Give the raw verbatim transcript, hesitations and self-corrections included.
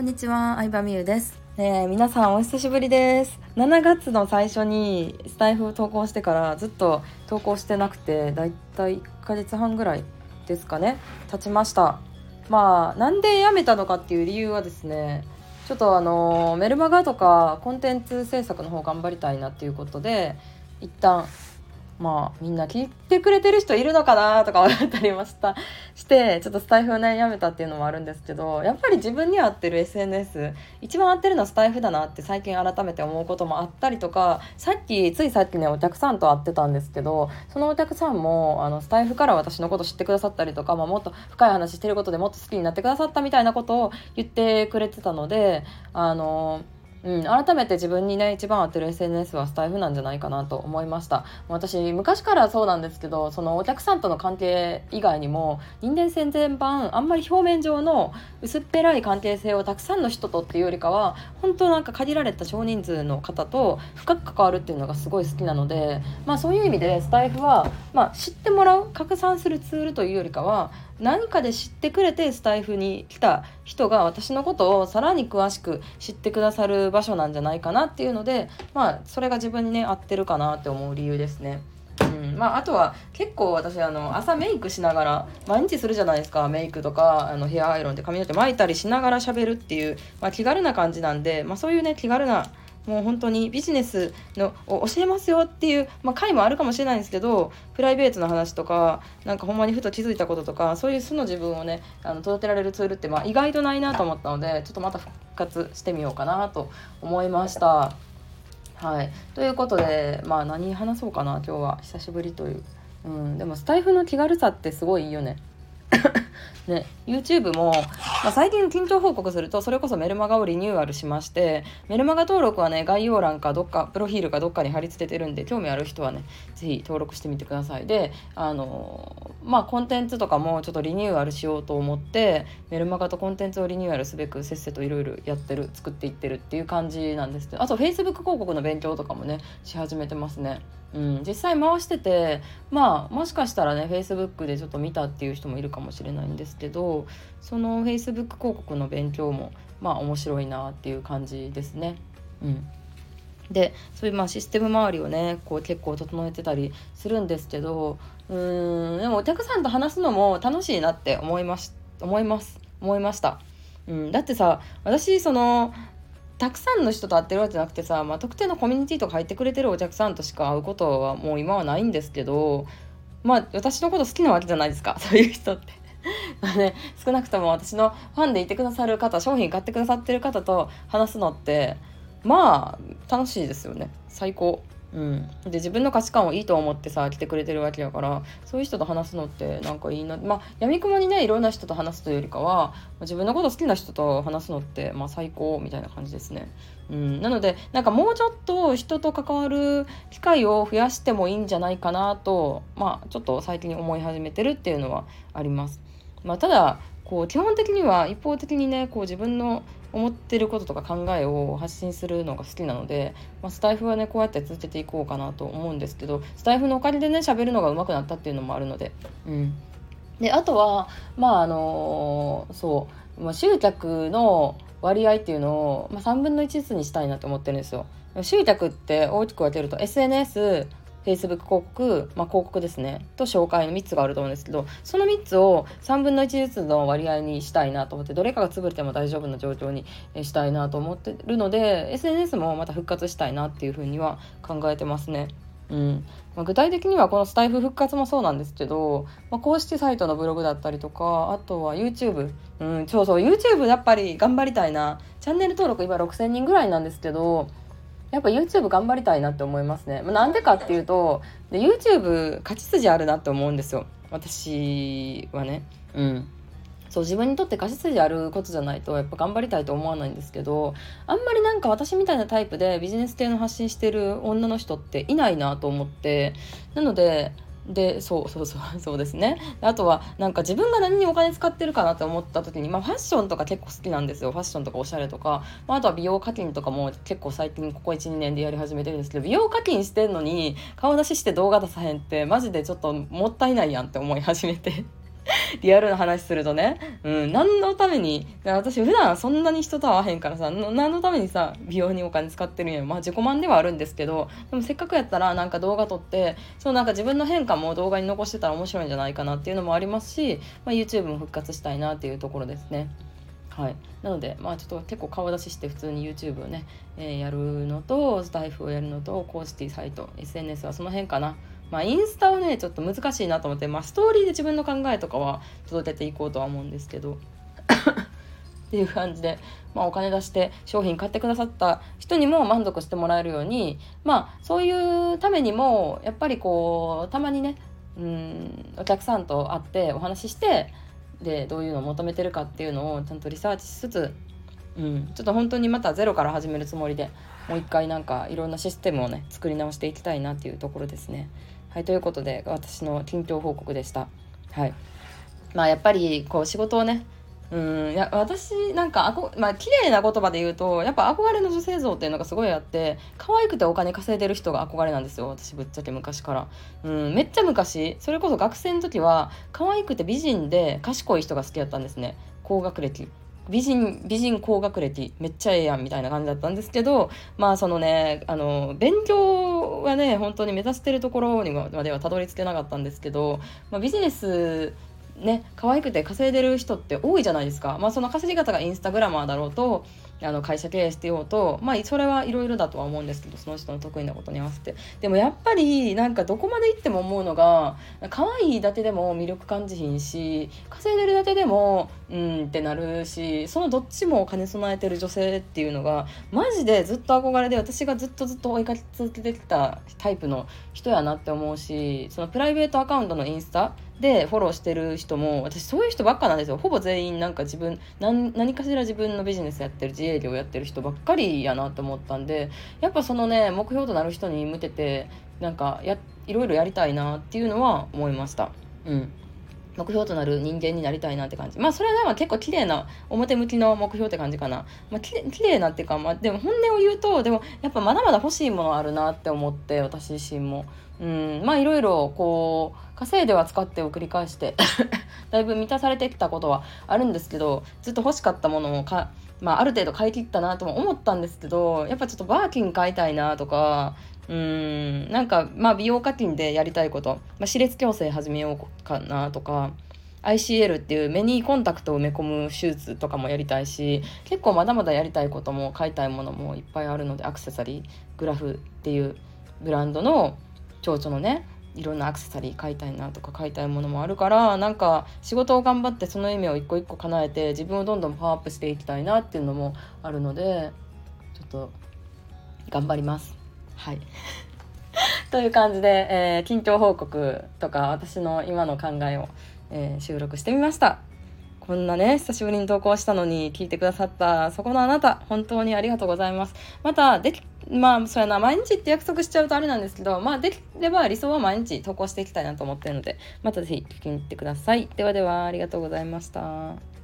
にちは、相葉美優です。えー、皆さんお久しぶりです。しちがつの最初にスタイフ投稿してからずっと投稿してなくて、だいたいいっかげつはんぐらいですかね、経ちました。まあなんで辞めたのかっていう理由はですね、ちょっとあのメルマガとかコンテンツ制作の方頑張りたいなっていうことで、一旦まあみんな聞いてくれてる人いるのかなとか思ったりましたしてちょっとスタイフをねやめたっていうのもあるんですけど、やっぱり自分に合ってる エスエヌエス 一番合ってるのはスタイフだなって最近改めて思うこともあったりとか、さっきついさっきねお客さんと会ってたんですけど、そのお客さんもあのスタイフから私のこと知ってくださったりとか、まあ、もっと深い話してることでもっと好きになってくださったみたいなことを言ってくれてたので、あのうん、改めて自分にね一番合ってる エスエヌエス はスタイフなんじゃないかなと思いました。私昔からそうなんですけど、そのお客さんとの関係以外にも人間性全般あんまり表面上の薄っぺらい関係性をたくさんの人とっていうよりかは、本当なんか限られた少人数の方と深く関わるっていうのがすごい好きなので、まあそういう意味でスタイフは、まあ、知ってもらう拡散するツールというよりかは、何かで知ってくれてスタイフに来た人が私のことをさらに詳しく知ってくださる場所なんじゃないかなっていうので、まあそれが自分にね合ってるかなって思う理由ですね。うんまあ、あとは結構私あの朝メイクしながら毎日するじゃないですか。メイクとかあのヘアアイロンで髪の毛巻いたりしながら喋るっていう、まあ、気軽な感じなんで、まあ、そういうね気軽なもう本当にビジネスのを教えますよっていう、まあ、回もあるかもしれないんですけど、プライベートの話とかなんかほんまにふと気づいたこととか、そういう素の自分をねあの届けられるツールってまあ意外とないなと思ったので、ちょっとまた復活してみようかなと思いました。はい、ということで、まあ何話そうかな今日は。久しぶりという、うん、でもスタイフの気軽さってすごいいいよね。ね、YouTube も、まあ、最近近況報告すると、それこそメルマガをリニューアルしまして、メルマガ登録はね概要欄かどっかプロフィールかどっかに貼り付けてるんで、興味ある人はねぜひ登録してみてください。であのまあコンテンツとかもちょっとリニューアルしようと思って、メルマガとコンテンツをリニューアルすべくせっせといろいろやってる作っていってるっていう感じなんですけど、あと Facebook 広告の勉強とかもねし始めてますね。うん、実際回してて、まあもしかしたらね Facebook でちょっと見たっていう人もいるかもしれないんですけど、その Facebook 広告の勉強もまあ面白いなっていう感じですね。うんでそういうまあシステム周りをねこう結構整えてたりするんですけど、うーんでもお客さんと話すのも楽しいなって思います思います思いました。うん、だってさ、私そのたくさんの人と会ってるわけじゃなくてさ、まあ、特定のコミュニティとか入ってくれてるお客さんとしか会うことはもう今はないんですけど、まあ私のこと好きなわけじゃないですかそういう人ってまあね、少なくとも私のファンでいてくださる方、商品買ってくださってる方と話すのってまあ楽しいですよね。最高。うん、で自分の価値観をいいと思ってさ来てくれてるわけだから、そういう人と話すのってなんかいいな。まあやみくもにねいろんな人と話すというよりかは、自分のこと好きな人と話すのってまあ最高みたいな感じですね。うん、なのでなんかもうちょっと人と関わる機会を増やしてもいいんじゃないかなと、まあちょっと最近思い始めてるっていうのはあります。まあ、ただこう基本的には一方的にねこう自分の思ってることとか考えを発信するのが好きなので、まあ、スタイフはねこうやって続けていこうかなと思うんですけど、スタイフのおかげでね喋るのが上手くなったっていうのもあるので、うん、であとはまああのーそう、まあ、集客の割合っていうのを、まあ、さんぶんのいちずつにしたいなと思ってるんですよ。集客って大きく分けると エスエヌエス、Facebook 広告、まあ、広告ですねと紹介のみっつがあると思うんですけど、そのみっつをさんぶんのいちずつの割合にしたいなと思って、どれかが潰れても大丈夫な状況にしたいなと思ってるので、 エスエヌエス もまた復活したいなっていうふうには考えてますね。うんまあ、具体的にはこのスタイフ復活もそうなんですけど、まあ、公式サイトのブログだったりとか、あとは YouTube、うん、そうそう YouTube やっぱり頑張りたいな。チャンネル登録今ろくせんにんぐらいなんですけど、やっぱ YouTube 頑張りたいなって思いますね。まあ、なんでかっていうとで YouTube 勝ち筋あるなって思うんですよ、私はね。うんそう自分にとって勝ち筋あることじゃないとやっぱ頑張りたいと思わないんですけど、あんまりなんか私みたいなタイプでビジネス系の発信してる女の人っていないなと思って、なのででそうそうそうそうですね。あとはなんか自分が何にお金使ってるかなって思った時に、まあ、ファッションとか結構好きなんですよ。ファッションとかおしゃれとか、まあ、あとは美容課金とかも結構最近ここ いち,に 年でやり始めてるんですけど、美容課金してんのに顔出しして動画出さへんってマジでちょっともったいないやんって思い始めてリアルな話するとね、うん、何のために、私普段そんなに人と会わへんからさ、何のためにさ美容にお金使ってるんや。まあ自己満ではあるんですけど、でもせっかくやったらなんか動画撮って、そうなんか自分の変化も動画に残してたら面白いんじゃないかなっていうのもありますし、まあ、YouTube も復活したいなっていうところですね。はい、なので、まあ、ちょっと結構顔出しして普通に YouTube をね、えーやるのとスタイフをやるのと公式サイト エスエヌエス はその辺かな。まあ、インスタはねちょっと難しいなと思って、まあ、ストーリーで自分の考えとかは届けていこうとは思うんですけどっていう感じで、まあ、お金出して商品買ってくださった人にも満足してもらえるように、まあそういうためにもやっぱりこうたまにね、うんお客さんと会ってお話しして、でどういうのを求めてるかっていうのをちゃんとリサーチしつつ、うん、ちょっと本当にまたゼロから始めるつもりで、もう一回なんかいろんなシステムをね作り直していきたいなっていうところですね。はい、ということで私の近況報告でした。はい、まあやっぱりこう仕事をね、うんいや私なんかあこまあ綺麗な言葉で言うとやっぱ憧れの女性像っていうのがすごいあって、可愛くてお金稼いでる人が憧れなんですよ、私ぶっちゃけ昔から。うんめっちゃ昔、それこそ学生の時は可愛くて美人で賢い人が好きだったんですね。高学歴美人美人高学歴めっちゃええやんみたいな感じだったんですけど、まあそのねあの勉強はね本当に目指してるところにまではたどり着けなかったんですけど、まあ、ビジネスね可愛くて稼いでる人って多いじゃないですか。まあその稼ぎ方がインスタグラマーだろうと、あの会社経営してようと、まあそれはいろいろだとは思うんですけど、その人の得意なことに合わせて。でもやっぱりなんかどこまで行っても思うのが、可愛いだけでも魅力感じひんし、稼いでるだけでもうんってなるし、そのどっちも兼ね備えてる女性っていうのがマジでずっと憧れで、私がずっとずっと追いかけ続けてきたタイプの人やなって思うし、そのプライベートアカウントのインスタでフォローしてる人も私そういう人ばっかなんですよ。ほぼ全員なんか自分何何かしら自分のビジネスやってる、自営業やってる人ばっかりやなと思ったんで、やっぱそのね目標となる人に向けてなんかやいろいろやりたいなっていうのは思いました。うん目標となる人間になりたいなって感じ。まあそれはまあ結構綺麗な表向きの目標って感じかな。まあきれ綺麗なっていうか、まあでも本音を言うと、でもやっぱまだまだ欲しいものあるなって思って、私自身も。うん、まあいろいろこう、稼いでは使ってを繰り返してだいぶ満たされてきたことはあるんですけど、ずっと欲しかったものをか、まあある程度買い切ったなとも思ったんですけど、やっぱちょっとバーキン買いたいなとか、うーんなんかまあ美容課金でやりたいこと、まあ、歯列矯正始めようかなとか、 アイシーエル っていう目にコンタクトを埋め込む手術とかもやりたいし、結構まだまだやりたいことも買いたいものもいっぱいあるので、アクセサリーグラフっていうブランドの蝶々のねいろんなアクセサリー買いたいなとか、買いたいものもあるから、なんか仕事を頑張ってその夢を一個一個叶えて自分をどんどんパワーアップしていきたいなっていうのもあるので、ちょっと頑張ります。はいという感じで、えー近況報告とか私の今の考えを、えー収録してみました。こんなね久しぶりに投稿したのに聞いてくださったそこのあなた、本当にありがとうございます。またできまあそうやな、毎日って約束しちゃうとあれなんですけど、まあできれば理想は毎日投稿していきたいなと思ってるので、またぜひ聞きに行ってください。ではでは、ありがとうございました。